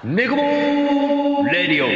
ネコボレディオ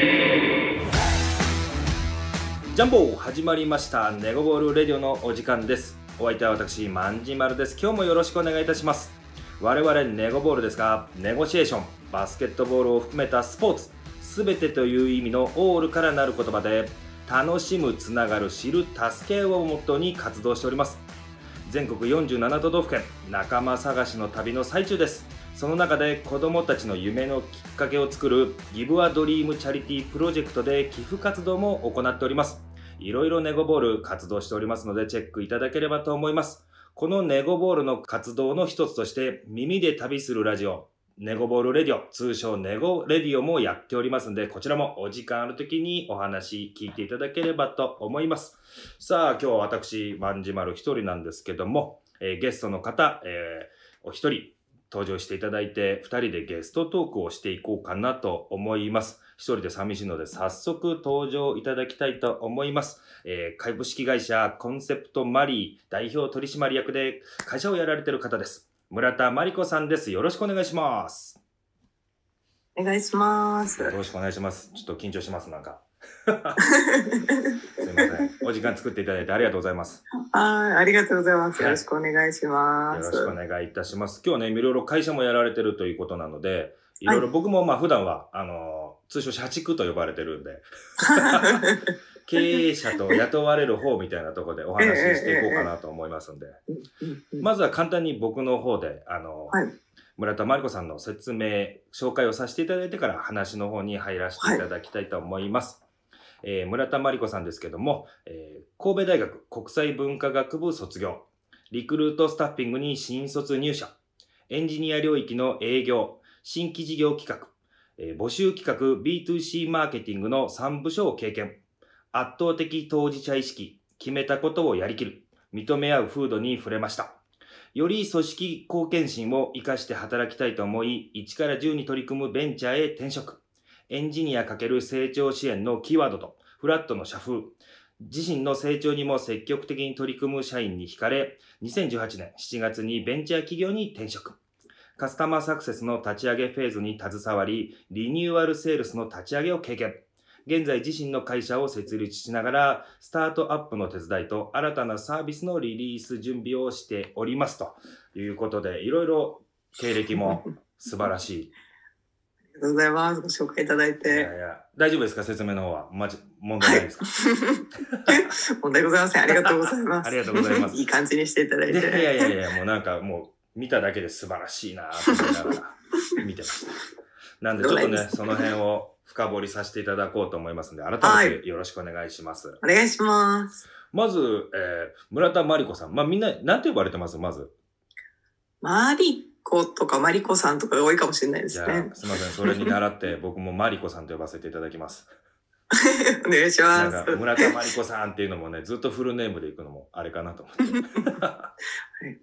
ジャンボ始まりました。ネゴボールレディオのお時間です。お相手は私万事丸です。今日もよろしくお願いいたします。我々ネゴボールですが、ネゴシエーション、バスケットボールを含めたスポーツすべてという意味のオールからなる言葉で、楽しむ、つながる、知る、助けをモットーに活動しております。全国47都道府県仲間探しの旅の最中です。その中で子どもたちの夢のきっかけを作るギブアドリームチャリティープロジェクトで寄付活動も行っております。いろいろネゴボール活動しておりますのでチェックいただければと思います。このネゴボールの活動の一つとして耳で旅するラジオネゴボールレディオ、通称ネゴレディオもやっておりますので、こちらもお時間ある時にお話聞いていただければと思います。さあ今日は私万事丸一人なんですけども、ゲストの方、お一人登場していただいて、2人でゲストトークをしていこうかなと思います。1人で寂しいので早速登場いただきたいと思います。株式会社コンセプトマリー代表取締役で会社をやられている方です。村田真理子さんです。よろしくお願いします。 お願いします。 よろしくお願いします。ちょっと緊張します、なんか。すいません。お時間作っていただいてありがとうございます。 ありがとうございます。よろしくお願いします。 よろしくお願いいたします。今日ね、いろいろ会社もやられてるということなので、いろいろ僕も普段は、通称社畜と呼ばれてるんで、経営者と雇われる方みたいなところでお話ししていこうかなと思いますんで、まずは簡単に僕の方で、村田真理子さんの説明、紹介をさせていただいてから話の方に入らせていただきたいと思います。村田真理子さんですけども、神戸大学国際文化学部卒業、リクルートスタッフィングに新卒入社、エンジニア領域の営業、新規事業企画、募集企画 B2C マーケティングの3部署を経験、圧倒的当事者意識、決めたことをやりきる、認め合う風土に触れました。より組織貢献心を生かして働きたいと思い、1から10に取り組むベンチャーへ転職。エンジニア×成長支援のキーワードとフラットの社風。自身の成長にも積極的に取り組む社員に惹かれ、2018年7月にベンチャー企業に転職。カスタマーサクセスの立ち上げフェーズに携わり、リニューアルセールスの立ち上げを経験。現在自身の会社を設立しながら、スタートアップの手伝いと新たなサービスのリリース準備をしておりますということで、いろいろ経歴も素晴らしい。 ありがとうございます。ご紹介いただいて。 大丈夫ですか、説明の方は。問題ないですか？ 問題ございません。ありがとうございます。 ありがとうございます。 いい感じにしていただいて。 いや、もうなんか見ただけで素晴らしいなと思いながら見てました。なんでちょっとね、その辺を深掘りさせていただこうと思いますので、改めてよろしくお願いします。 お願いします。 まず、村田真理子さん。みんな、なんて呼ばれてます？まず。 マリコとかマリコさんとかが多いかもしれないですね。 じゃあ、すみません。それに倣って僕もマリコさんと呼ばせていただきます。 お願いします。 なんか村田真理子さんっていうのもね、ずっとフルネームで行くのもあれかなと思って。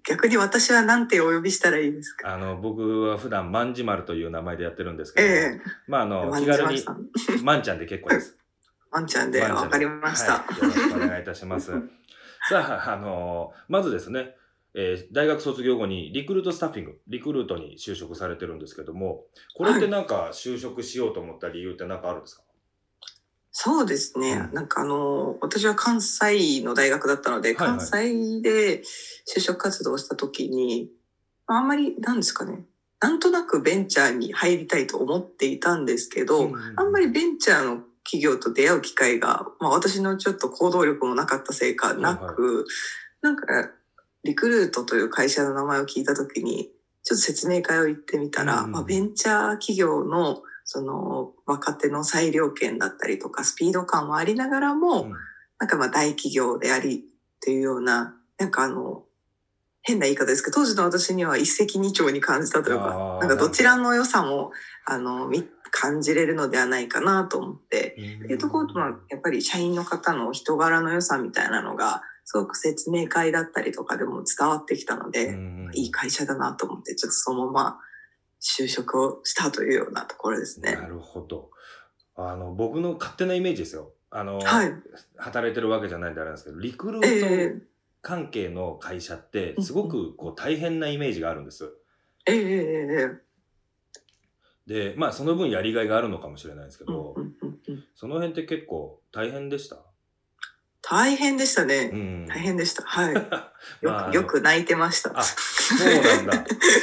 逆に私は何てお呼びしたらいいですか？ 僕は普段万事丸という名前でやってるんですけど、気軽に万ちゃんで結構です。 万ちゃんでわかりました、 よろしくお願いいたします。さあ、まずですね、大学卒業後にリクルートスタッフィング、リクルートに就職されてるんですけども、これってなんか就職しようと思った理由って何かあるんですか？ そうですね。私は関西の大学だったので、関西で就職活動をした時に、あんまりなんですかね。なんとなくベンチャーに入りたいと思っていたんですけど、あんまりベンチャーの企業と出会う機会が、私のちょっと行動力もなかったせいかなく、なんかリクルートという会社の名前を聞いた時に、ちょっと説明会を行ってみたら、ベンチャー企業のその若手の裁量権だったりとかスピード感もありながらも、なんか大企業でありっていうような、なんか変な言い方ですけど、当時の私には一石二鳥に感じたというか、なんかどちらの良さも感じれるのではないかなと思って、っていうところとやっぱり社員の方の人柄の良さみたいなのがすごく説明会だったりとかでも伝わってきたので、いい会社だなと思って、ちょっとそのまま就職をしたというようなところですね。 なるほど。僕の勝手なイメージですよ。働いてるわけじゃないんであれなんですけど、リクルート関係の会社ってすごく大変なイメージがあるんです。 で、まあその分やりがいがあるのかもしれないですけうんど、 うんうんうん。 その辺って結構大変でした？ 大変でしたうね。大ん。 変でした。はい。 まあよく泣いてました。 あ、そうなんだ。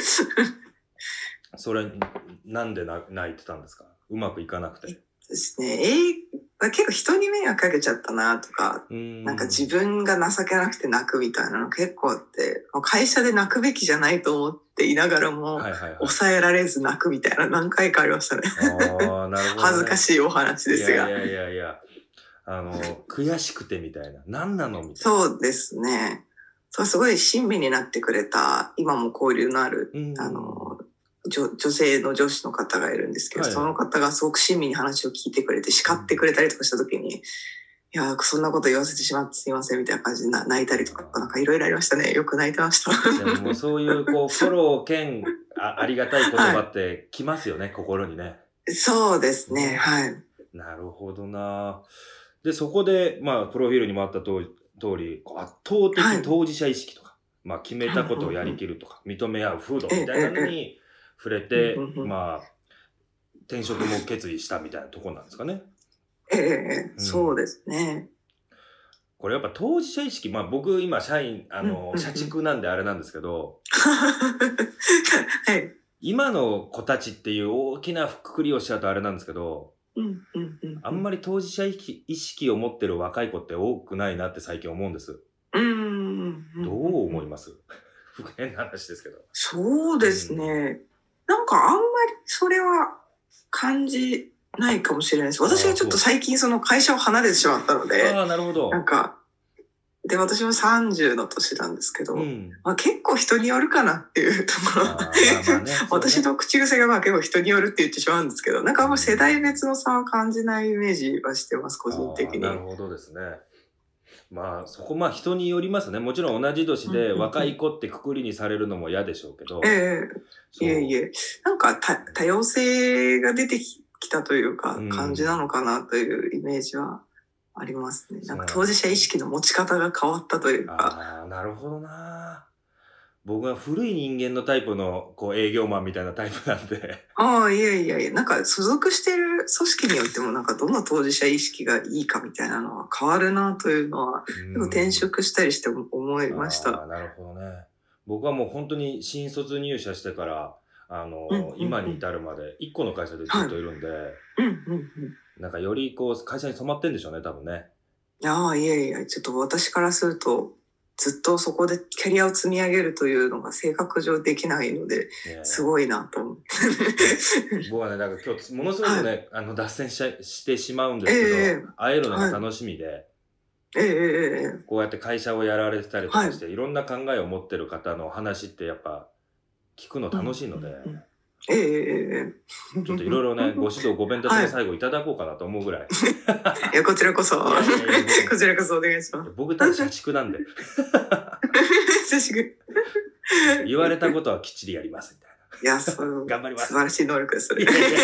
それ、なんで泣いてたんですか？うまくいかなくて。 ですね。結構人に迷惑かけちゃったなとか、なんか自分が情けなくて泣くみたいなの結構あって、会社で泣くべきじゃないと思っていながらも、 はいはいはい。 抑えられず泣くみたいな何回かありましたね。 ああ、なるほど、ね。 恥ずかしいお話ですが。 いやいやいやいや、悔しくてみたいな。何なのみたいな。 そうですね。そうすごい親身になってくれた、今も交流のある、女性の上司の方がいるんですけど、はいはい、その方がすごく親身に話を聞いてくれて、叱ってくれたりとかした時に、いや、そんなこと言わせてしまってすいませんみたいな感じで泣いたりとか、なんかいろいろありましたね。よく泣いてました。 でもそういうこうフォロー兼ありがたい言葉ってきますよね、はい、心にね。 そうですね、はい。 なるほどな。で、そこで、まあ、プロフィールにもあった通り、圧倒的当事者意識とか、はい、まあ、決めたことをやりきるとか、認め合う風土みたいなのに触れて、まあ、転職も決意したみたいなところなんですかね。 そうですね。 これやっぱ当事者意識、まあ僕今社員、社畜なんであれなんですけど、はい、今の子たちっていう大きなくくりをしちゃうとあれなんですけど、あんまり当事者意識を持ってる若い子って多くないなって最近思うんです。どう思います？変な話ですけど。 そうですね。なんかあんまりそれは感じないかもしれないです。私はちょっと最近その会社を離れてしまったので、 なるほど。 なんか、で、私も30の年なんですけど、まあ、結構人によるかなっていうところ。私の口癖がまあ結構人によるって言ってしまうんですけど、なんかあんま世代別の差は感じないイメージはしてます、個人的に。 なるほどですね。まあそこまあ人によりますね。もちろん同じ年で若い子ってくくりにされるのも嫌でしょうけど。 いえ。なんか多様性が出てきたというか感じなのかなというイメージはありますね。なんか当事者意識の持ち方が変わったというか。 なるほどな。僕は古い人間のタイプのこう営業マンみたいなタイプなんで。 いや。なんか所属してる組織によってもなんかどの当事者意識がいいかみたいなのは変わるなというのは、転職したりして思いました。 なるほどね。僕はもう本当に新卒入社してから、今に至るまで1個の会社でずっといるんで、なんかよりこう会社に染まってんでしょうね、多分ね。 いや、ちょっと私からすると、ずっとそこでキャリアを積み上げるというのが性格上できないので、すごいなと思って。 僕はね、なんか今日ものすごくね、脱線してしまうんですけど、会えるのが楽しみで、こうやって会社をやられてたりとかして、いろんな考えを持ってる方の話ってやっぱ聞くの楽しいので、ちょっといろいろね、ご指導ご鞭撻の最後いただこうかなと思うぐらい。 いや、こちらこそ。こちらこそお願いします。 僕たち社畜なんで。 社畜。 言われたことはきっちりやりますみたいな。頑張ります。 素晴らしい能力です。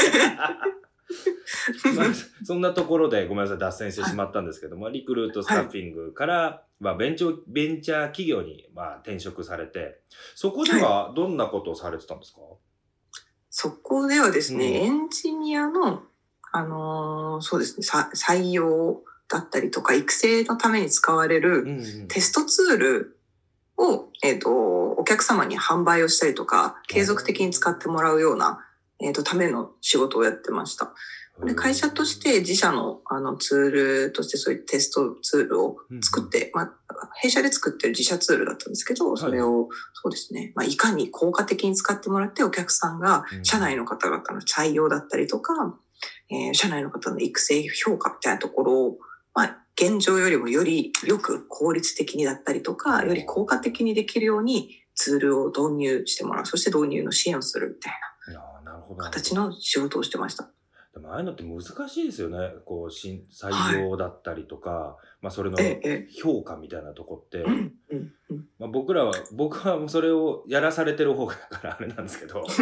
まあ、そんなところでごめんなさい、脱線してしまったんですけども、リクルートスタッフィングから、まあ、ベンチャー企業に転職されて、そこではどんなことをされてたんですか？ そこではですね、エンジニアの、そうですね、採用だったりとか、育成のために使われるテストツールを、お客様に販売をしたりとか、継続的に使ってもらうような、ための仕事をやってました。で、会社として自社のツールとしてそういうテストツールを作って、弊社で作ってる自社ツールだったんですけど、それを、そうですね、いかに効果的に使ってもらってお客さんが社内の方々の採用だったりとか、社内の方の育成評価みたいなところを、現状よりもよりよく効率的にだったりとか、より効果的にできるようにツールを導入してもらう、そして導入の支援をするみたいな形の仕事をしてました。 でもああいうのって難しいですよね。こう採用だったりとか、それの評価みたいなとこって、僕はそれをやらされてる方だからあれなんですけど、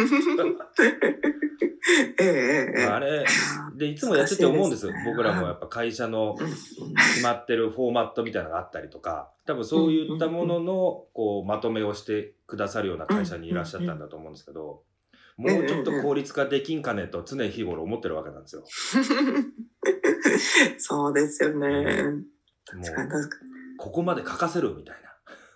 あれでいつもやってて思うんです。僕らもやっぱ会社の決まってるフォーマットみたいなのがあったりとか、多分そういったもののこうまとめをしてくださるような会社にいらっしゃったんだと思うんですけど、 もうちょっと効率化できんかねと常日頃思ってるわけなんですよ。 そうですよね。 も確かに確かに。 うここまで書かせるみたいな。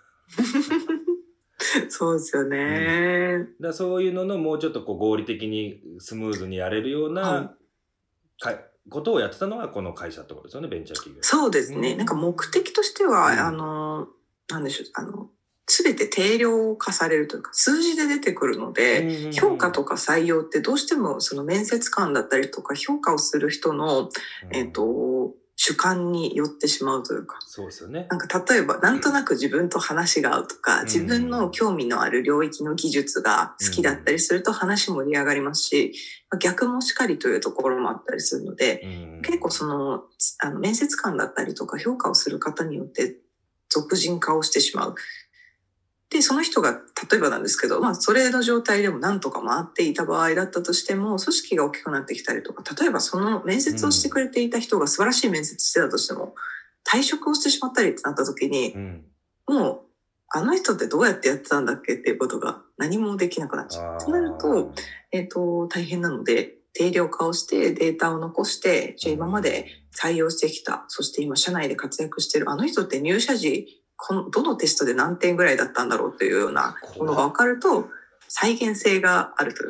そうですよね。 だそういうののもうちょっとこう合理的にスムーズにやれるようなことをやってたのがこの会社ってことですよね、ベンチャー企業。 そうですね。なんか目的としては、なんでしょう、すべて定量化されるというか、数字で出てくるので、評価とか採用ってどうしてもその面接官だったりとか、評価をする人の、主観によってしまうというか。 そうですよね。 なんか例えば、なんとなく自分と話が合うとか、自分の興味のある領域の技術が好きだったりすると話盛り上がりますし、逆もしかりというところもあったりするので、結構その、面接官だったりとか評価をする方によって俗人化をしてしまう。で、その人が、例えばなんですけど、それの状態でも何とか回っていた場合だったとしても、組織が大きくなってきたりとか、例えばその面接をしてくれていた人が素晴らしい面接してたとしても、退職をしてしまったりってなった時に、もう、あの人ってどうやってやってたんだっけっていうことが何もできなくなっちゃう。となると、大変なので、定量化をしてデータを残して、じゃあ今まで採用してきた、そして今社内で活躍しているあの人って入社時、どのテストで何点ぐらいだったんだろうというようなものが分かると、再現性があるという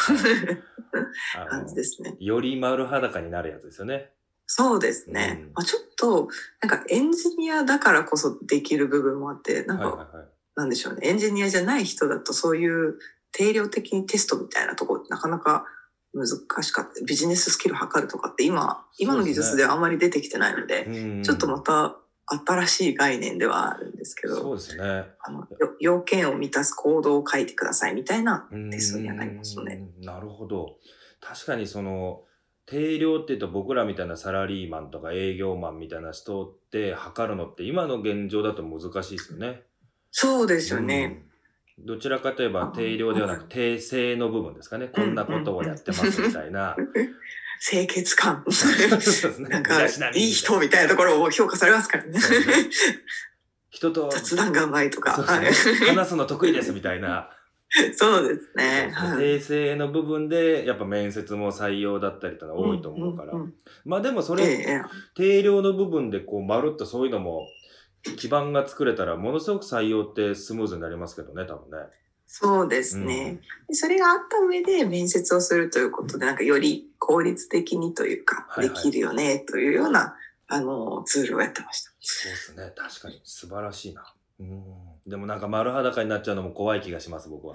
感じですね。 より丸裸になるやつですよね。 そうですね。ちょっと、なんかエンジニアだからこそできる部分もあって、なんか、なんでしょうね。エンジニアじゃない人だとそういう定量的にテストみたいなところなかなか難しかった。ビジネススキル測るとかって今の技術ではあんまり出てきてないので、ちょっとまた新しい概念ではあるんですけど、 そうですね。 要件を満たすコードを書いてくださいみたいなテストにはなりますよね。 なるほど。確かにその、定量って言うと僕らみたいなサラリーマンとか営業マンみたいな人って測るのって今の現状だと難しいですよね。 そうですよね。 どちらかといえば定量ではなく定性の部分ですかね。こんなことをやってますみたいな。 清潔感。なんか、いい人みたいなところを評価されますからね。 人と雑談がうまいとか。 話すの得意ですみたいな。 そうですね。 定性の部分でやっぱ面接も採用だったりというのは多いと思うから。まあでもそれ、定量の部分でこうまるっとそういうのも基盤が作れたらものすごく採用ってスムーズになりますけどね、多分ね。そうですね。 それがあった上で面接をするということで、なんかより効率的にというか、できるよねというような、ツールをやってました。 そうですね。確かに素晴らしいな。でもなんか丸裸になっちゃうのも怖い気がします、僕は。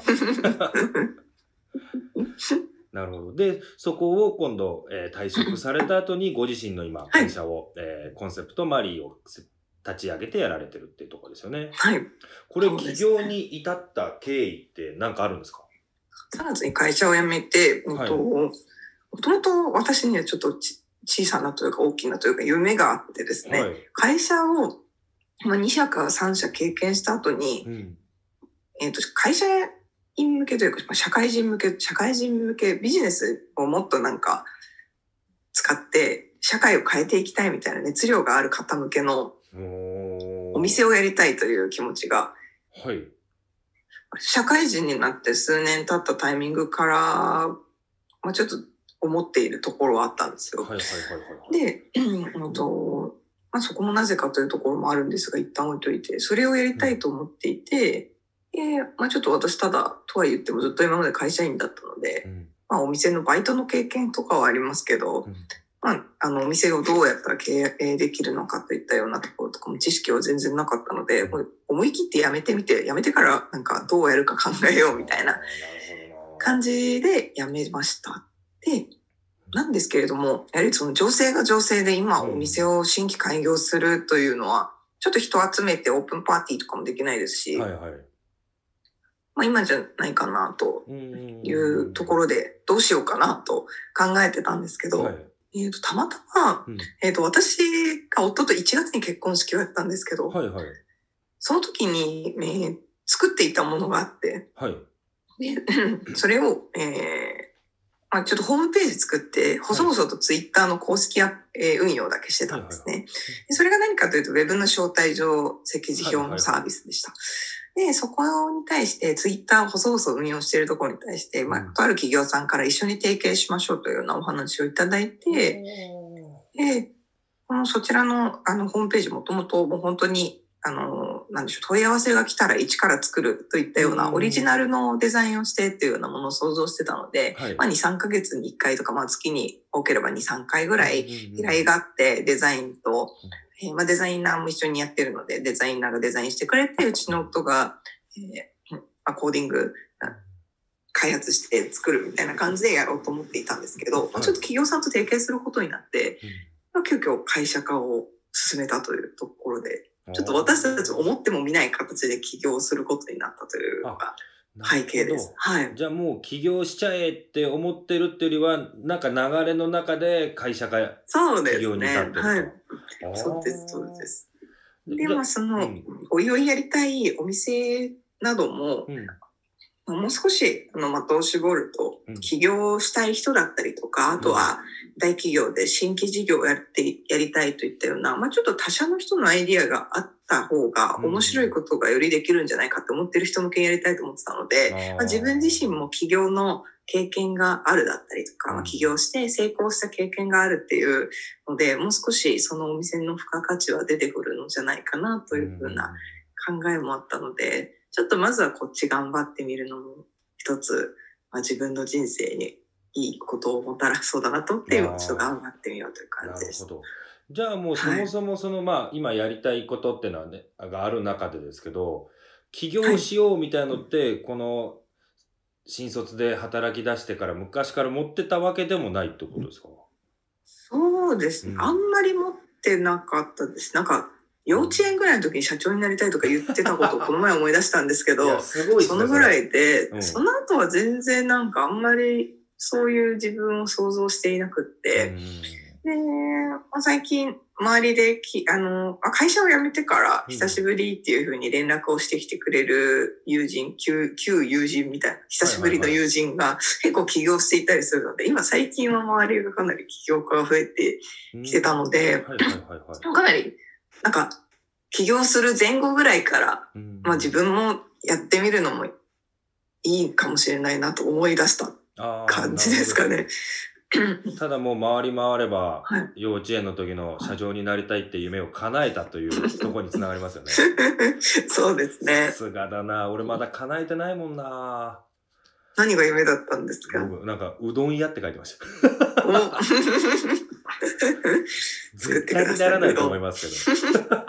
なるほど。で、そこを今度、退職された後にご自身の今、会社を、コンセプトマリーを立ち上げてやられてるっていうところですよね。 はい。 これ、起業に至った経緯って何かあるんですか ？3月に会社を辞めて、もともと私にはちょっと小さなというか大きなというか夢があってですね、会社を2社か3社経験した後に、会社員向けというか、社会人向けビジネスをもっとなんか使って社会を変えていきたいみたいな熱量がある方向けのお店をやりたいという気持ちが、社会人になって数年経ったタイミングから、ちょっと思っているところはあったんですよ。で、そこもなぜかというところもあるんですが、一旦置いといて、それをやりたいと思っていて、ちょっと私ただとは言ってもずっと今まで会社員だったので、お店のバイトの経験とかはありますけど、お店をどうやったら経営できるのかといったようなところとかも知識は全然なかったので、もう思い切ってやめてからなんかどうやるか考えようみたいな感じでやめました。で、なんですけれども、やはりその情勢が情勢で今お店を新規開業するというのは、ちょっと人を集めてオープンパーティーとかもできないですし、今じゃないかなというところでどうしようかなと考えてたんですけど、たまたま、私が夫と1月に結婚式をやったんですけど、その時に、作っていたものがあって、でそれを、 まあ、ちょっとホームページ作って、細々とツイッターの公式運用だけしてたんですね。でそれが何かというと、ウェブの招待状席次表のサービスでした。で、そこに対して、ツイッターを細々運用しているところに対して、まあ、とある企業さんから一緒に提携しましょうというようなお話をいただいて、で、そちらのホームページもともともう本当になんでしょう、問い合わせが来たら一から作るといったようなオリジナルのデザインをしてっていうようなものを想像してたので、まあ2、3ヶ月に1回とか、まあ月に多ければ2、3回ぐらい依頼があってデザインと、まあデザイナーも一緒にやってるので、デザイナーがデザインしてくれて、うちの夫が、コーディング開発して作るみたいな感じでやろうと思っていたんですけど、ちょっと企業さんと提携することになって、急遽会社化を進めたというところで、ちょっと私たち思っても見ない形で起業することになったというのが背景です。はい。 じゃあもう起業しちゃえって思ってるっていうよりは、なんか流れの中で会社化起業に至ってると。 はい。そうです、そうです。で、まあおいおいやりたいお店なども、もう少し的を絞ると、起業したい人だったりとか、あとは大企業で新規事業をやりたいといったような、まあちょっと他社の人のアイディアがあった方が面白いことがよりできるんじゃないかって思ってる人向けにやりたいと思ってたので、まあ、自分自身も起業の経験があるだったりとか、起業して成功した経験があるっていうので、もう少しそのお店の付加価値は出てくるのじゃないかなというふうな考えもあったので、ちょっとまずはこっち頑張ってみるのも一つ、まあ、自分の人生にいいことをもたらしそうだなとっていう、ちょっと頑張ってみようという感じです。 なるほど。じゃあもうそもそもまあ今やりたいことってのはね、がある中でですけど、起業しようみたいなのって、この新卒で働き出してから昔から持ってたわけでもないってことですか？ そうですね。あんまり持ってなかったです。なんか幼稚園ぐらいの時に社長になりたいとか言ってたことをこの前思い出したんですけど、 すごいですね、 そのぐらいで、その後は全然なんかあんまりそういう自分を想像していなくって、で、まあ、最近周りで会社を辞めてから久しぶりっていう風に連絡をしてきてくれる友人、旧友人みたいな、久しぶりの友人が結構起業していたりするので、今最近は周りがかなり起業家が増えてきてたので、かなりなんか起業する前後ぐらいから、まあ自分もやってみるのもいいかもしれないなと思い出した感じですかね。 ただもう回り回れば、幼稚園の時の社長になりたいって夢を叶えたというところにつながりますよね。 そうですね。 さすがだな。俺まだ叶えてないもんな。 何が夢だったんですか？ 僕なんかうどん屋って書いてました。絶対にならないと思いますけど。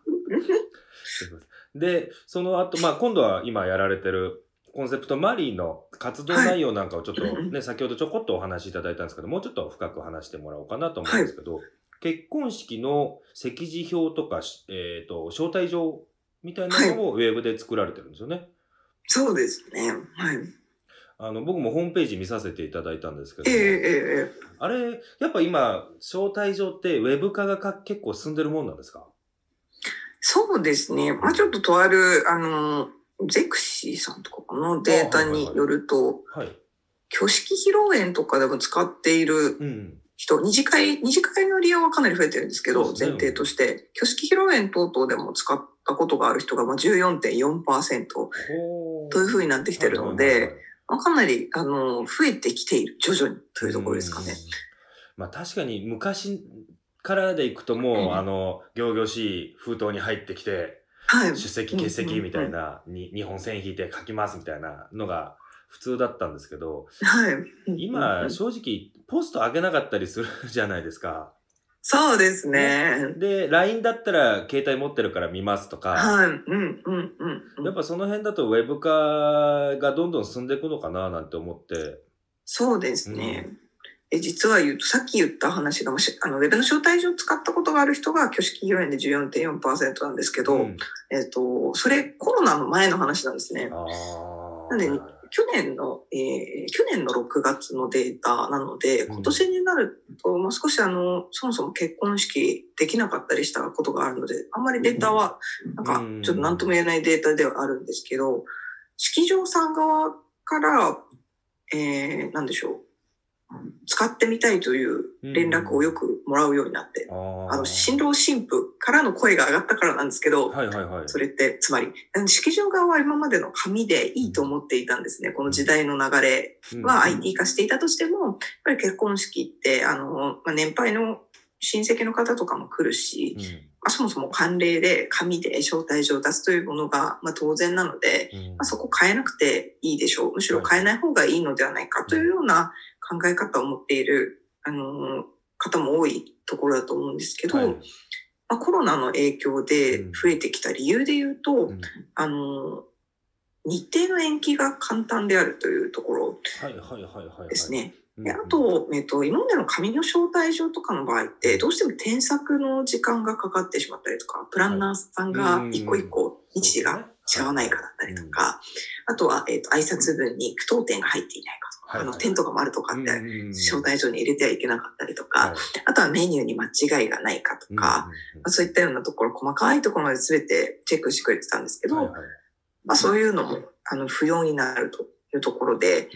で、その後、まあ今度は今やられてるコンセプトマリーの活動内容なんかをちょっとね、先ほどちょこっとお話しいただいたんですけど、もうちょっと深く話してもらおうかなと思うんですけど、結婚式の席次表とか、招待状みたいなのをウェブで作られてるんですよね。 そうですね。はい。 僕もホームページ見させていただいたんですけど、あれ、やっぱ今、招待状ってウェブ化が結構進んでるもんなんですか？ そうですね。まあちょっととある、ゼクシーさんとかのデータによると、挙式披露宴とかでも使っている人、二次会の利用はかなり増えてるんですけど、前提として、挙式披露宴等々でも使ったことがある人が 14.4% というふうになってきてるので、かなり増えてきている、徐々にというところですかね。 まあ確かに昔からでいくともう、仰々しい封筒に入ってきて、出席欠席みたいな、2本線引いて書きますみたいなのが普通だったんですけど、今正直ポスト開けなかったりするじゃないですか。 そうですね。 で、LINE だったら携帯持ってるから見ますとか、やっぱその辺だとウェブ化がどんどん進んでいくのかななんて思って。 そうですね。実はさっき言った話が、ウェブの招待状を使ったことがある人が挙式披露宴で 14.4% なんですけど、それコロナの前の話なんですね。なんで、去年の6月のデータなので、今年になると、もう少しそもそも結婚式できなかったりしたことがあるので、あんまりデータは、なんか、ちょっと何とも言えないデータではあるんですけど、式場さん側から、なんでしょう。 使ってみたいという連絡をよくもらうようになって、新郎新婦からの声が上がったからなんですけど、それってつまり式場側は今までの紙でいいと思っていたんですね。この時代の流れは IT 化していたとしても、やっぱり結婚式って年配の親戚の方とかも来るし、そもそも慣例で紙で招待状を出すというものが、当然なので、そこ変えなくていいでしょう。むしろ変えない方がいいのではないかというような考え方を持っている、方も多いところだと思うんですけど、コロナの影響で増えてきた理由で言うと、日程の延期が簡単であるというところですね。であと、今までの紙の招待状とかの場合って、どうしても添削の時間がかかってしまったりとか、プランナーさんが一個一個日時が違わないかだったりとか、あとは、挨拶文に句読点が入っていないかとか、点とか丸とかって招待状に入れてはいけなかったりとか、あとはメニューに間違いがないかとか、そういったようなところ、細かいところまで全てチェックしてくれてたんですけど、そういうのも不要になるというところで、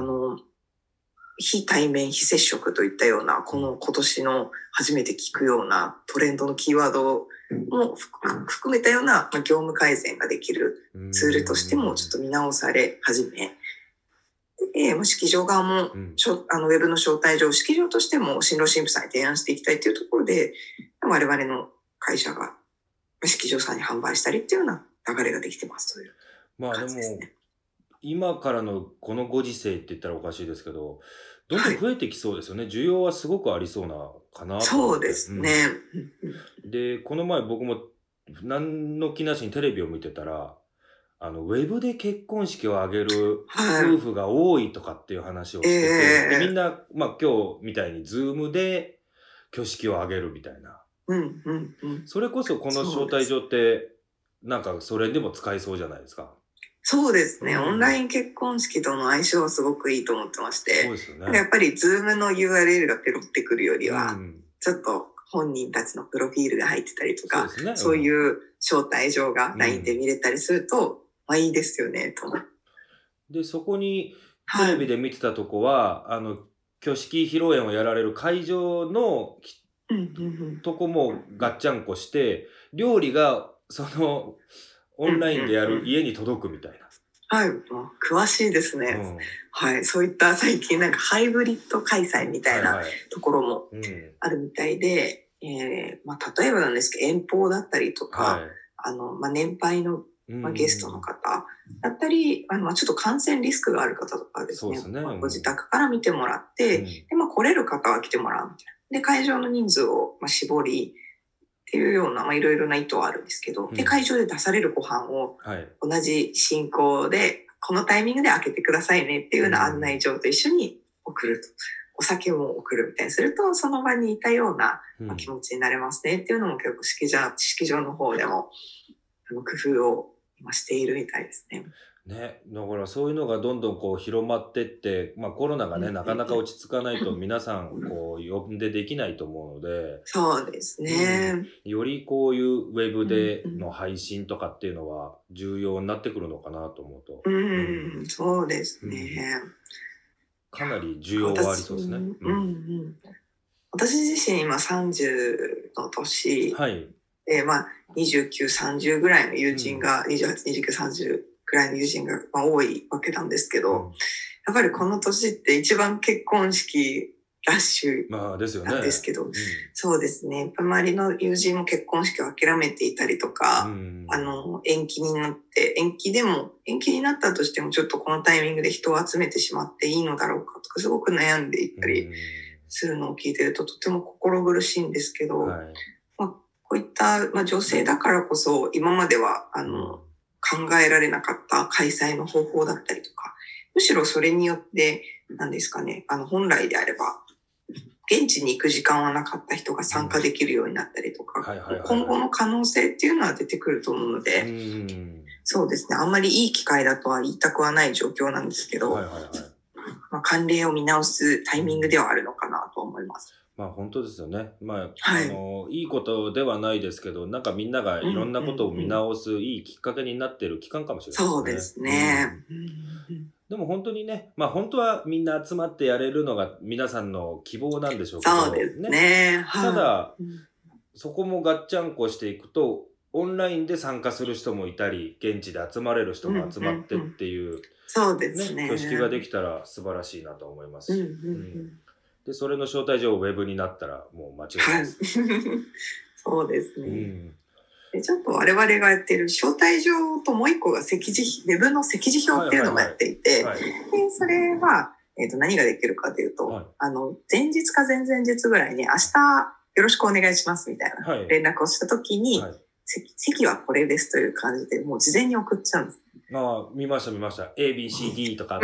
非対面、非接触といったような、今年の初めて聞くようなトレンドのキーワードも含めたような業務改善ができるツールとしてもちょっと見直され始め、式場側も、ウェブの招待状、式場としても新郎新婦さんに提案していきたいというところで、我々の会社が式場さんに販売したりっていうような流れができてますという感じですね。 今からのこのご時世って言ったらおかしいですけど、どんどん増えてきそうですよね。需要はすごくありそうなかなとそうですね。 で、この前僕も何の気なしにテレビを見てたら、ウェブで結婚式を挙げる夫婦が多いとかっていう話をしてて、でみんな、今日みたいにズームで挙式を挙げるみたいな。それこそこの招待状って、なんかそれでも使えそうじゃないですか。 そうですね。オンライン結婚式との相性はすごくいいと思ってまして、そうですよね。やっぱりズームの URL がペロってくるよりは、ちょっと本人たちのプロフィールが入ってたりとか、そういう招待状が LINE で見れたりすると、いいですよね、と。 で、そこにテレビで見てたとこは、挙式披露宴をやられる会場のとこもガッチャンコして、料理がオンラインでやる家に届くみたいな。 詳しいですね。そういった最近なんかハイブリッド開催みたいなところもあるみたいで、例えばなんですけど、遠方だったりとか、年配のゲストの方だったり、ちょっと感染リスクがある方とかですね、ご自宅から見てもらって、で来れる方は来てもらうみたいな。で、会場の人数を絞り、っていうような、いろいろな意図はあるんですけど、で、会場で出されるご飯を、同じ進行で、このタイミングで開けてくださいねっていうような案内状と一緒に送ると。お酒も送るみたいにすると、その場にいたような気持ちになれますねっていうのも結構式場の方でも、工夫を今しているみたいですね。 ね、だからそういうのがどんどん広まってって、コロナがね、なかなか落ち着かないと皆さん呼んでできないと思うので、 そうですね。 よりこういうウェブでの配信とかっていうのは重要になってくるのかなと思うと。 そうですね。 かなり需要はありそうですね。 私自身今30の年で、29、30ぐらいの友人が、28、29、30くらいの友人が多いわけなんですけど、やっぱりこの年って一番結婚式ラッシュなんですけど、そうですね。周りの友人も結婚式を諦めていたりとか、延期になって、延期になったとしてもちょっとこのタイミングで人を集めてしまっていいのだろうかとか、すごく悩んでいたりするのを聞いてるととても心苦しいんですけど、こういった、女性だからこそ今までは考えられなかった開催の方法だったりとか、むしろそれによって何ですかね、本来であれば現地に行く時間はなかった人が参加できるようになったりとか、今後の可能性っていうのは出てくると思うので、そうですね、あんまりいい機会だとは言いたくはない状況なんですけど、慣例を見直すタイミングではあるのかなと思います。 本当ですよね。いいことではないですけど、なんかみんながいろんなことを見直すいいきっかけになっている期間かもしれないですね。 そうですね。 ででも本当にね、まあ本当はみんな集まってやれるのが皆さんの希望なんでしょうけど、 そうですね。 ただ、 うん、 そこもガッチャンコしていくと、オンラインで参加する人もいたり、現地で集まれる人も集まってっていう、 そうですね。 挙式ができたら素晴らしいなと思いますし、で、それの招待状をウェブになったらもう間違いないです。 そうですね。でちょっと我々がやってる招待状ともう一個がウェブの席次表っていうのもやっていて、でそれは、何ができるかというと、前日か前々日ぐらいに明日よろしくお願いしますみたいな連絡をしたときに、席はこれですという感じでもう事前に送っちゃうんです。 見ました。ABCD とか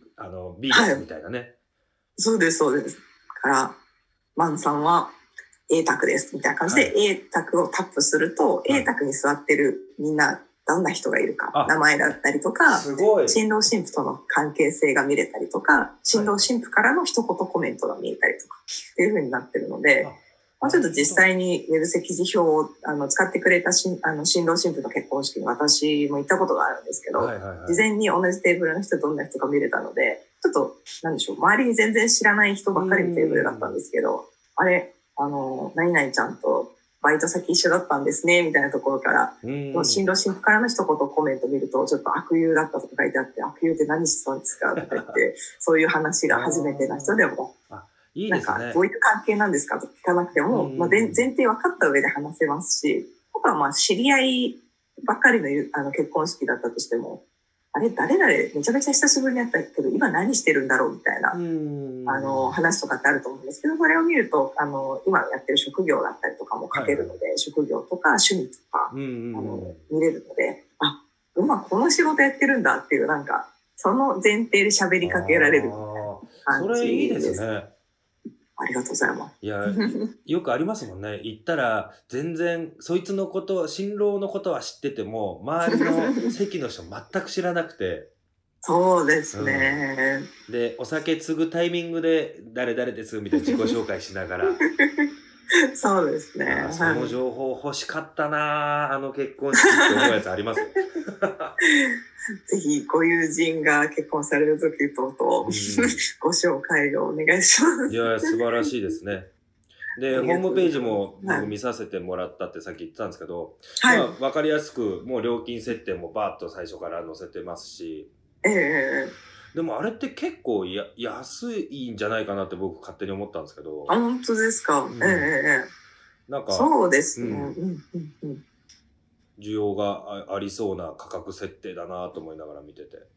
B ですみたいなね。 そうです。から、マンさんは A 卓ですみたいな感じで、A 卓をタップすると、A 卓に座ってるみんなどんな人がいるか、名前だったりとか、新郎新婦との関係性が見れたりとか、新郎新婦からの一言コメントが見えたりとかっていう風になってるので、ちょっと実際にウェブ席次表を使ってくれた新郎新婦の結婚式に私も行ったことがあるんですけど、事前に同じテーブルの人どんな人か見れたので、ちょっとなんでしょう、周りに全然知らない人ばっかりのテーブルだったんですけど、あれ何々ちゃんとバイト先一緒だったんですねみたいなところから、新郎新婦からの一言コメント見るとちょっと悪友だったとか書いてあって、悪友って何してたんですかとか言ってそういう話が初めてな人でもいいですね、 なんかどういう関係なんですかと聞かなくても、前提分かった上で話せますし、あとはまあ知り合いばっかりの結婚式だったとしても、あれ誰々めちゃめちゃ久しぶりに会ったけど今何してるんだろうみたいな話とかってあると思うんですけど、それを見ると今やってる職業だったりとかも書けるので、職業とか趣味とか見れるので、今この仕事やってるんだっていう、なんかその前提で喋りかけられるみたいな感じです。 それいいですね。 ありがとうございます。 いや、よくありますもんね。行ったら、全然、そいつのこと、新郎のことは知ってても、周りの席の人全く知らなくて。 そうですね、 で、お酒継ぐタイミングで、誰々ですみたいな自己紹介しながら。 そうですね。 その情報欲しかったな、結婚式って思うやつありますよ。 ぜひご友人が結婚される時とご紹介をお願いします。 いや、素晴らしいですね。で、ホームページも僕見させてもらったってさっき言ってたんですけど、わかりやすくもう料金設定もバーッと最初から載せてますし、でもあれって結構安いんじゃないかなって僕勝手に思ったんですけど。 本当ですか。 なんかそうですね。 需要がありそうな価格設定だなと思いながら見てて。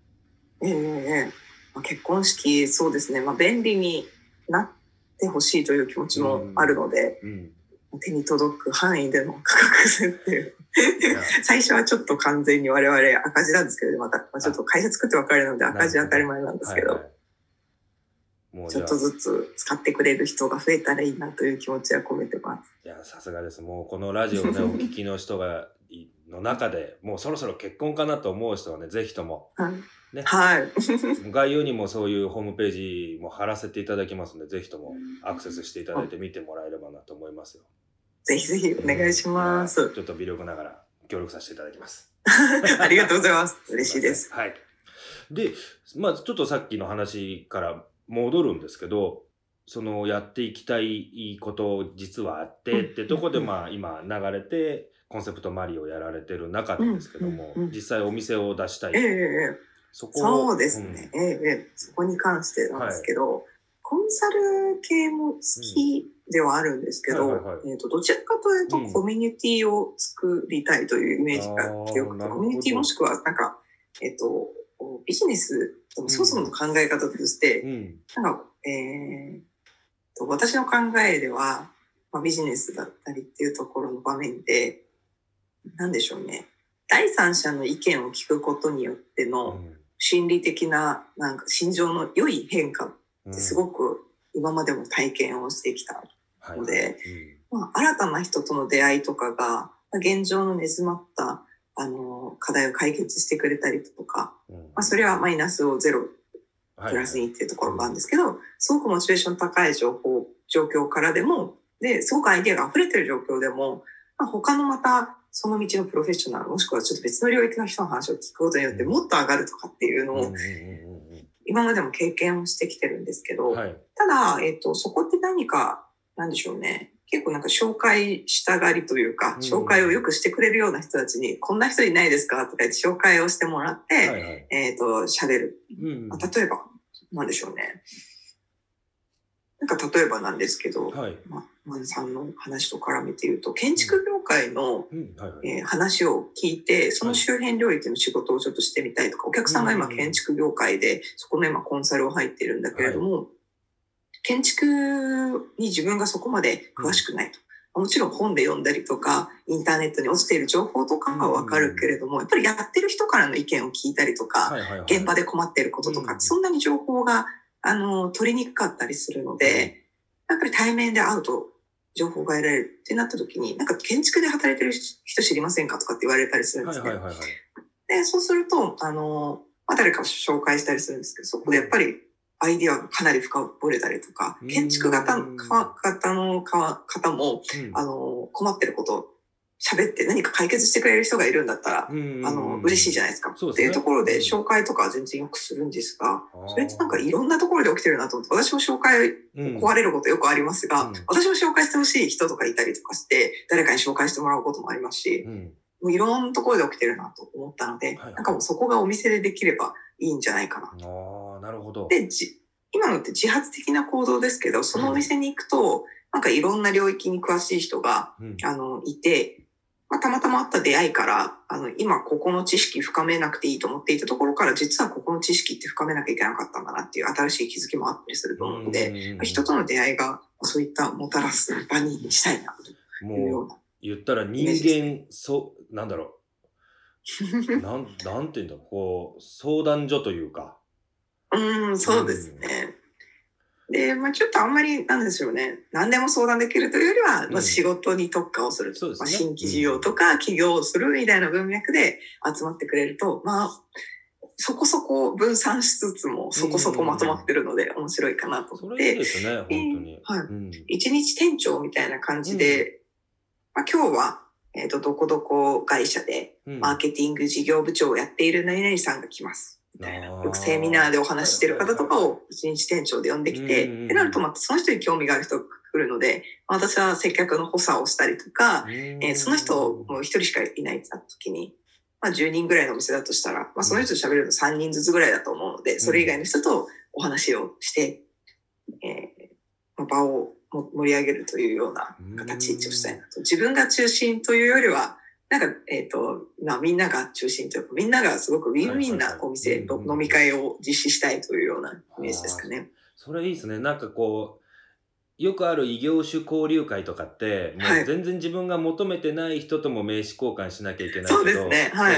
結婚式、そうですね。便利になってほしいという気持ちもあるので、手に届く範囲での価格設定。最初はちょっと完全に我々赤字なんですけど、またちょっと会社作って分かるので赤字当たり前なんですけど、ちょっとずつ使ってくれる人が増えたらいいなという気持ちは込めてます。 いや、さすがです。もうこのラジオね、お聞きの人がの中でもうそろそろ結婚かなと思う人はね、ぜひとも、概要にもそういうホームページも貼らせていただきますので、ぜひともアクセスしていただいて見てもらえればなと思いますよ。 ぜひぜひお願いします。 ちょっと微力ながら協力させていただきます。 ありがとうございます。嬉しいです。 はい。で、ちょっとさっきの話から戻るんですけど、そのやっていきたいこと実はあってってとこで、今流れてコンセプトマリをやられてる中なんですけども、実際お店を出したい。 そうですね。そこに関してなんですけど、コンサル系も好きではあるんですけど、どちらかというとコミュニティを作りたいというイメージが強くて、コミュニティもしくはなんか、ビジネスそもそもの考え方として、なんか、私の考えでは、ビジネスだったりっていうところの場面で、なんでしょうね。第三者の意見を聞くことによっての心理的な、なんか心情の良い変化ってすごく今までも体験をしてきたので、新たな人との出会いとかが現状の根詰まった課題を解決してくれたりとか、それはマイナスをゼロプラスにっていうところがあるんですけど、すごくモチベーション高い状況からでも、すごくアイデアが溢れてる状況でも、他のまたその道のプロフェッショナルもしくはちょっと別の領域の人の話を聞くことによってもっと上がるとかっていうのを今までも経験をしてきてるんですけど、 はい。 ただ、そこって何か、なんでしょうね。結構なんか紹介したがりというか、紹介をよくしてくれるような人たちに、こんな人いないですかとか言って紹介をしてもらって、 はいはい。 喋る。例えば、なんでしょうね。なんか例えばなんですけど、 はい。 マンさんの話と絡めて言うと、建築業界の、話を聞いて、その周辺領域の仕事をちょっとしてみたいとか、お客さんが今建築業界で、そこの今コンサルを入っているんだけれども、建築に自分がそこまで詳しくないと。もちろん本で読んだりとか、インターネットに落ちている情報とかはわかるけれども、やっぱりやってる人からの意見を聞いたりとか、現場で困っていることとか、そんなに情報が取りにくかったりするので、やっぱり対面で会うと情報が得られるってなった時に、なんか建築で働いてる人知りませんかとかって言われたりするんですね。で、そうすると、誰かを紹介したりするんですけど、そこでやっぱりアイディアがかなり深掘れたりとか、建築型の方も、困ってることを喋って何か解決してくれる人がいるんだったら、嬉しいじゃないですか。っていうところで紹介とかは全然よくするんですが、それってなんかいろんなところで起きてるなと思って、私も紹介壊れることよくありますが、私も紹介してほしい人とかいたりとかして、誰かに紹介してもらうこともありますし、もういろんなところで起きてるなと思ったので、なんかもうそこがお店でできればいいんじゃないかな。 なるほど。 で、今のって自発的な行動ですけど、そのお店に行くと、なんかいろんな領域に詳しい人が、いて、たまたまあった出会いから、今ここの知識深めなくていいと思っていたところから、実はここの知識って深めなきゃいけなかったんだなっていう新しい気づきもあったりすると思うので、人との出会いがそういったもたらす場にしたいなというような。 言ったら人間、なんだろう。なんていうんだろう。こう、相談所というか。 そうですね。で、ちょっとあんまり、なんですよね。何でも相談できるというよりは、仕事に特化をする。新規事業とか起業をするみたいな文脈で集まってくれると、そこそこ分散しつつも、そこそこまとまってるので面白いかなと思って。 それいいですね、本当に。 一日店長みたいな感じで、今日は、どこどこ会社で、マーケティング事業部長をやっている何々さんが来ます。みたいな。よくセミナーでお話ししてる方とかを一日店長で呼んできて、ってなるとまたその人に興味がある人が来るので、私は接客の補佐をしたりとか、その人も一人しかいないってなった時に、10人ぐらいのお店だとしたら、その人と喋るの3人ずつぐらいだと思うので、それ以外の人とお話をして、場を盛り上げるというような立ち位置をしたいなと。自分が中心というよりは、なんか、みんなが中心というか、みんながすごくウィンウィンなお店と飲み会を実施したいというようなイメージですかね。 それいいですね。なんかこう、よくある異業種交流会とかって、もう全然自分が求めてない人とも名刺交換しなきゃいけないけど、 そうですね。はい。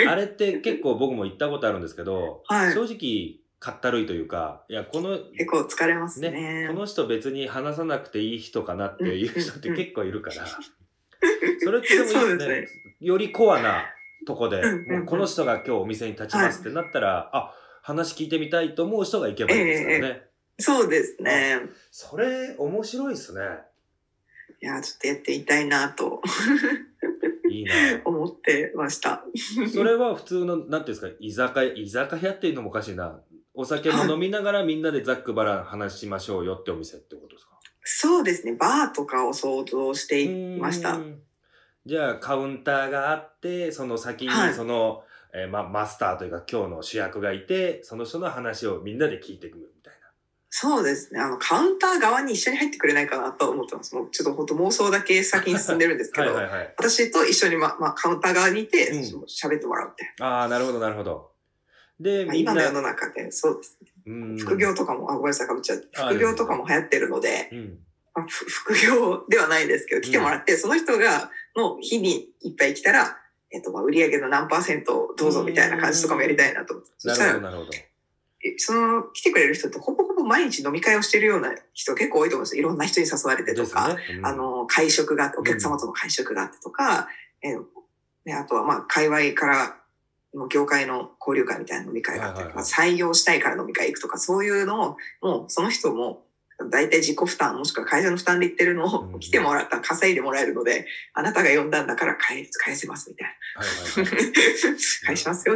あれって結構僕も行ったことあるんですけど、正直、かったるいというか、いや、 結構疲れますね。 この人別に話さなくていい人かなっていう人って結構いるから、それってでもいいですね。よりコアなとこで、もうこの人が今日お店に立ちますってなったら、話聞いてみたいと思う人が行けばいいですからね。 そうですね。 それ面白いですね。 いや、ちょっとやってみたいなと。 いいな。 思ってました。 それは普通の、なんていうんですか、居酒屋っていうのもおかしいな。お酒も飲みながらみんなでざっくばらん話しましょうよってお店ってことですか？ そうですね。バーとかを想像していました。 じゃあカウンターがあって、その先にその、マスターというか今日の主役がいて、その人の話をみんなで聞いていくみたいな。 そうですね。カウンター側に一緒に入ってくれないかなと思ってます。もうちょっと本当妄想だけ先に進んでるんですけど、私と一緒に、カウンター側にいて喋ってもらうみたいな。 なるほど、なるほど。で、 今の世の中でそうですね。副業とかも、ごめんなさい、かぶっちゃう。副業とかも流行ってるので、副業ではないですけど、来てもらって、その人が、の日にいっぱい来たら、売上の何%どうぞみたいな感じとかもやりたいなと。 なるほど、なるほど。 来てくれる人ってほぼほぼ毎日飲み会をしてるような人結構多いと思うんですよ。いろんな人に誘われてとか、会食があって、お客様との会食があってとか、あとは界隈から業界の交流会みたいな飲み会があったりとか、採用したいから飲み会行くとか、そういうのを、もうその人も、大体自己負担もしくは会社の負担で言ってるのを来てもらったら稼いでもらえるので、あなたが呼んだんだから返せますみたいな。返しますよ。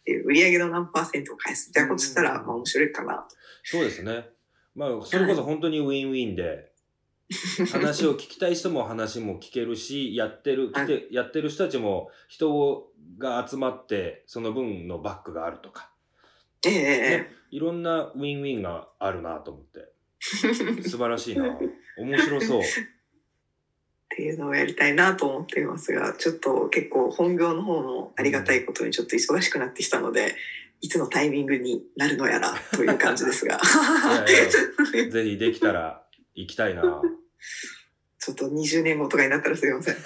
っていう、売上の何パーセントを返すみたいなことしたら、まあ面白いかな。 そうですね。まあ、それこそ本当にウィンウィンで、話を聞きたい人も話も聞けるし、やってる人たちも人が集まって、その分のバックがあるとか。ね、いろんなウィンウィンがあるなと思って。素晴らしいな。面白そう。 っていうのをやりたいなと思っていますが、ちょっと結構本業の方もありがたいことにちょっと忙しくなってきたので、いつのタイミングになるのやらという感じですが。 いやぜひできたら行きたいな。 ちょっと20年後とかになったらすいません。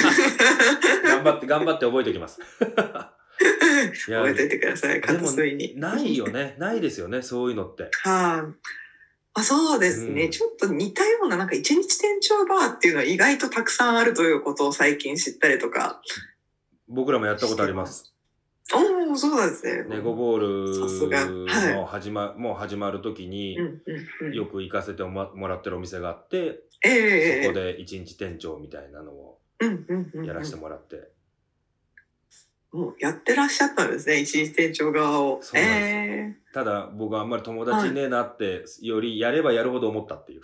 頑張って覚えておきます。 覚えておいてください。片隅に。 ないよね。ないですよね。そういうのって。 そうですね、ちょっと似たような、なんか一日店長バーっていうのは意外とたくさんあるということを最近知ったりとか。 僕らもやったことあります。 おー、そうなんですね。 ネゴボールのもう始まる時に、よく行かせてもらってるお店があって、そこで一日店長みたいなのをやらせてもらって。 もうやってらっしゃったんですね、一日店長側を。 そうなんです。ただ僕はあんまり友達いねえなって、よりやればやるほど思ったっていう。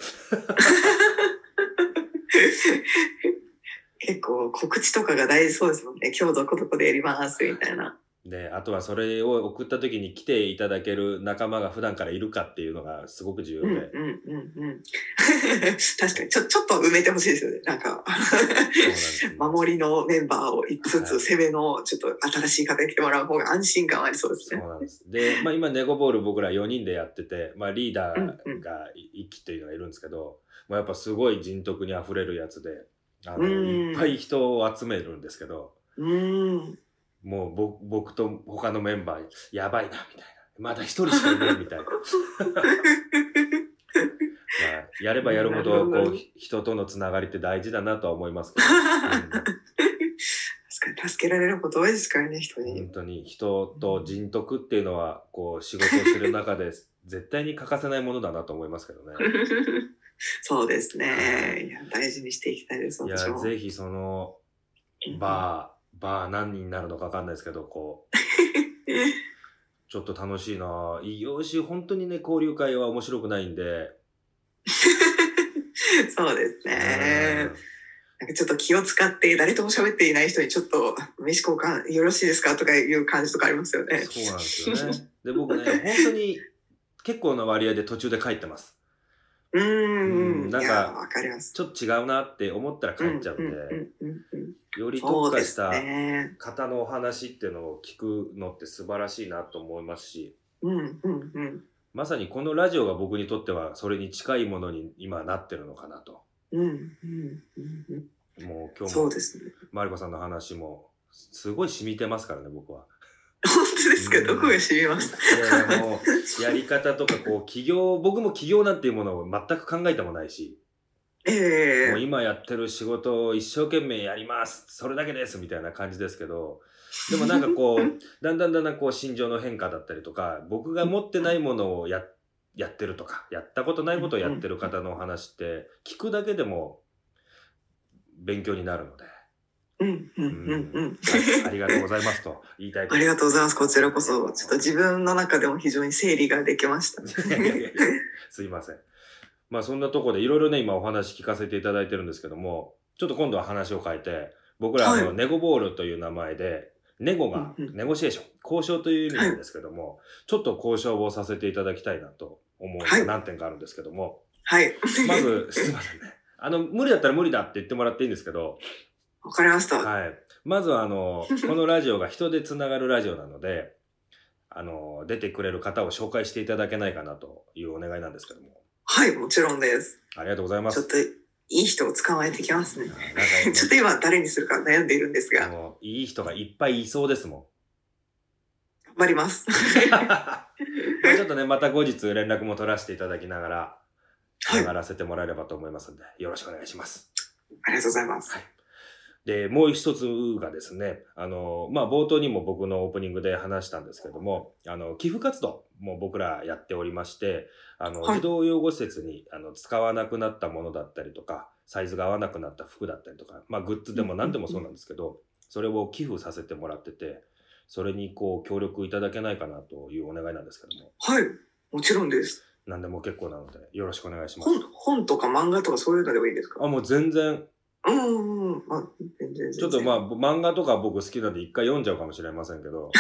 結構告知とかが大事そうですもんね。今日どこどこでやりますみたいな。 で、あとはそれを送った時に来ていただける仲間が普段からいるかっていうのがすごく重要で。 確かにちょっと埋めてほしいですよね。なんか守りのメンバーを5つ、攻めのちょっと新しい方に来てもらう方が安心感ありそうですね。 そうなんです。で、今ネゴボール僕ら4人でやってて、リーダーが一輝っていうのがいるんですけど、やっぱすごい人徳にあふれるやつで、いっぱい人を集めるんですけど、もう僕と他のメンバーやばいなみたいな、まだ一人しかいないみたいな。やればやるほどこう人とのつながりって大事だなとは思いますけど、 確かに助けられること多いですからね、人に。 本当に人と人徳っていうのはこう仕事をする中で絶対に欠かせないものだなと思いますけどね。 そうですね。いや大事にしていきたいです。 いやぜひそのバー何人になるのか分かんないですけど、こうちょっと楽しいな。異業種本当にね、交流会は面白くないんで。 そうですね。なんかちょっと気を使って誰とも喋っていない人にちょっと飯交換よろしいですかとかいう感じとかありますよね。 そうなんですよね。で僕ね、本当に結構な割合で途中で帰ってます。なんかわかります。 ちょっと違うなって思ったら帰っちゃうんで、より特化した方のお話っていうのを聞くのって素晴らしいなと思いますし、まさにこのラジオが僕にとってはそれに近いものに今なってるのかなと。もう今日もマリコさんの話もすごい染みてますからね、僕は。 本当ですか？どこが染みました？ いやもうやり方とかこう僕も起業なんていうものを全く考えてもないし、もう今やってる仕事を一生懸命やりますそれだけですみたいな感じですけど、でもなんかこうだんだんこう心情の変化だったりとか、僕が持ってないものをやってるとか、やったことないことをやってる方のお話って聞くだけでも勉強になるので、ありがとうございますと言いたいと思います。 ありがとうございます。こちらこそちょっと自分の中でも非常に整理ができました。 すいません。そんなところでいろいろね今お話聞かせていただいてるんですけども、ちょっと今度は話を変えて、僕らネゴボールという名前で、ネゴがネゴシエーション、交渉という意味なんですけども、ちょっと交渉をさせていただきたいなと思うのが何点かあるんですけども、まずすいませんね、無理だったら無理だって言ってもらっていいんですけど、 わかりました。 まずはこのラジオが人でつながるラジオなので、出てくれる方を紹介していただけないかなというお願いなんですけども。 はい、もちろんです。 ありがとうございます。 ちょっといい人を捕まえてきますね。ちょっと今誰にするか悩んでいるんですが。 いい人がいっぱいいそうですもん。 頑張ります。 ちょっとね、また後日連絡も取らせていただきながら、上がらせてもらえればと思いますので、よろしくお願いします。 ありがとうございます。 で、もう一つがですね、冒頭にも僕のオープニングで話したんですけども、寄付活動も僕らやっておりまして、児童養護施設に使わなくなったものだったりとか、サイズが合わなくなった服だったりとか、グッズでも何でもそうなんですけど、それを寄付させてもらってて、 それにこう協力いただけないかなというお願いなんですけども。 はい、もちろんです。 何でも結構なのでよろしくお願いします。 本とか漫画とかそういうのでもいいですか？ もう全然。 全然。 ちょっと漫画とか僕好きなんで一回読んじゃうかもしれませんけど。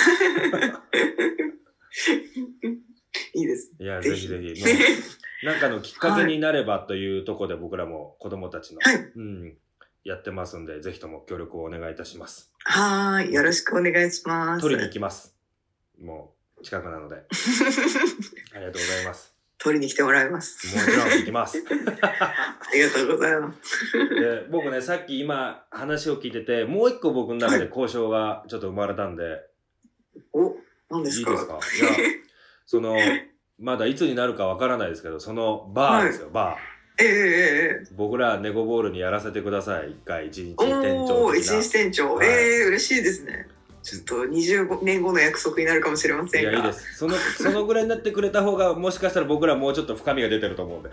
いいです。 いや、ぜひぜひ。なんかのきっかけになればというところで僕らも子供たちの、やってますんで、ぜひとも協力をお願いいたします。 はい、よろしくお願いします。 取りに行きます。もう近くなので。ありがとうございます。 取りに来てもらいます。 もちろん行きます。 ありがとうございます。 で、僕ね、さっき今話を聞いてて、もう一個僕の中で交渉がちょっと生まれたんで。 何ですか？ いいですか？いや、まだいつになるかわからないですけど、そのバーですよ、バー。僕らネゴボールにやらせてください。一回一日店長的な。 一日店長。嬉しいですね。ちょっと25年後の約束になるかもしれませんが。 いや、いいです。そのぐらいになってくれた方が、もしかしたら僕らもうちょっと深みが出てると思うんで。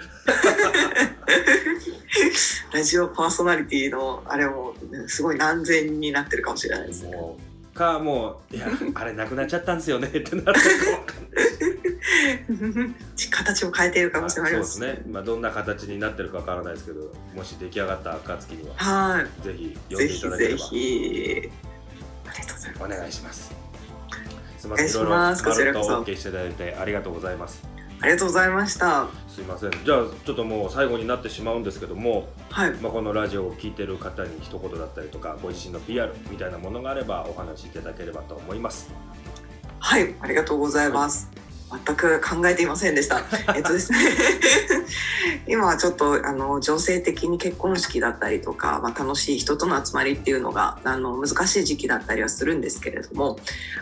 ラジオパーソナリティのあれもすごい何千になってるかもしれないですね。 もういやあれなくなっちゃったんですよねってなってるかわかんない形を変えているかもしれないです。 そうですね。どんな形になってるかわからないですけど、もし出来上がった暁には、ぜひ読んでいただければ。 ぜひありがとうございます。 お願いします。すみません。いろいろまるっと OK していただいてありがとうございます。 ありがとうございました。 すいません。じゃあちょっともう最後になってしまうんですけども、このラジオを聞いてる方に一言だったりとか、ご自身の PR みたいなものがあればお話しいただければと思います。 はい、ありがとうございます。全く考えていませんでした。ですね、今はちょっと情勢的に結婚式だったりとか、楽しい人との集まりっていうのが難しい時期だったりはするんですけれども、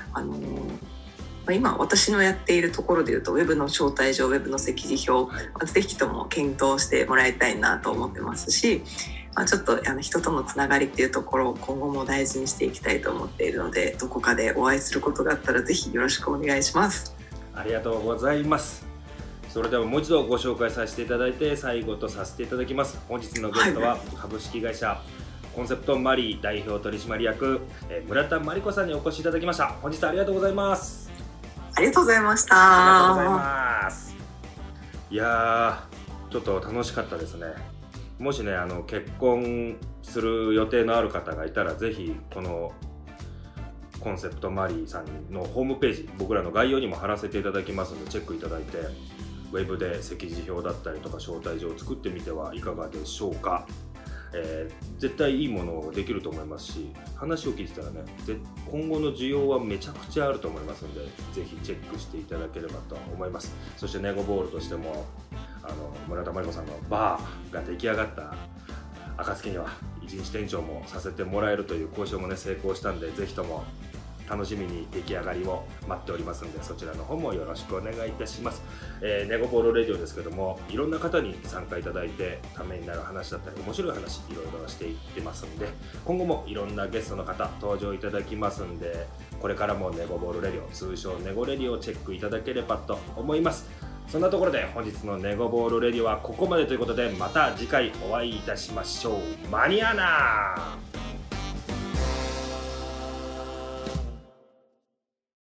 今私のやっているところでいうとウェブの招待状、ウェブの席次表、ぜひとも検討してもらいたいなと思ってますし、ちょっと人とのつながりっていうところを今後も大事にしていきたいと思っているので、どこかでお会いすることがあったらぜひよろしくお願いします。 ありがとうございます。それではもう一度ご紹介させていただいて最後とさせていただきます。本日のゲストは株式会社コンセプトマリー代表取締役村田真理子さんにお越しいただきました。本日はありがとうございます。 ありがとうございました。 ありがとうございます。いやー、ちょっと楽しかったですね。もしね、結婚する予定のある方がいたら、ぜひこのコンセプトマリーさんのホームページ、僕らの概要にも貼らせていただきますので、チェックいただいて、ウェブで席次表だったりとか招待状を作ってみてはいかがでしょうか。絶対いいものできると思いますし、話を聞いてたらね、今後の需要はめちゃくちゃあると思いますので、ぜひチェックしていただければと思います。そしてネゴボールとしても村田真理子さんのバーが出来上がった暁には一日店長もさせてもらえるという交渉もね成功したんで、ぜひとも楽しみに出来上がりを待っておりますので、そちらの方もよろしくお願いいたします。ネゴボールレディオですけども、いろんな方に参加いただいてためになる話だったり面白い話いろいろしていってますんで、今後もいろんなゲストの方登場いただきますんで、これからもネゴボールレディオ、通称ネゴレディオをチェックいただければと思います。そんなところで本日のネゴボールレディオはここまでということで、また次回お会いいたしましょう。マニアーナー。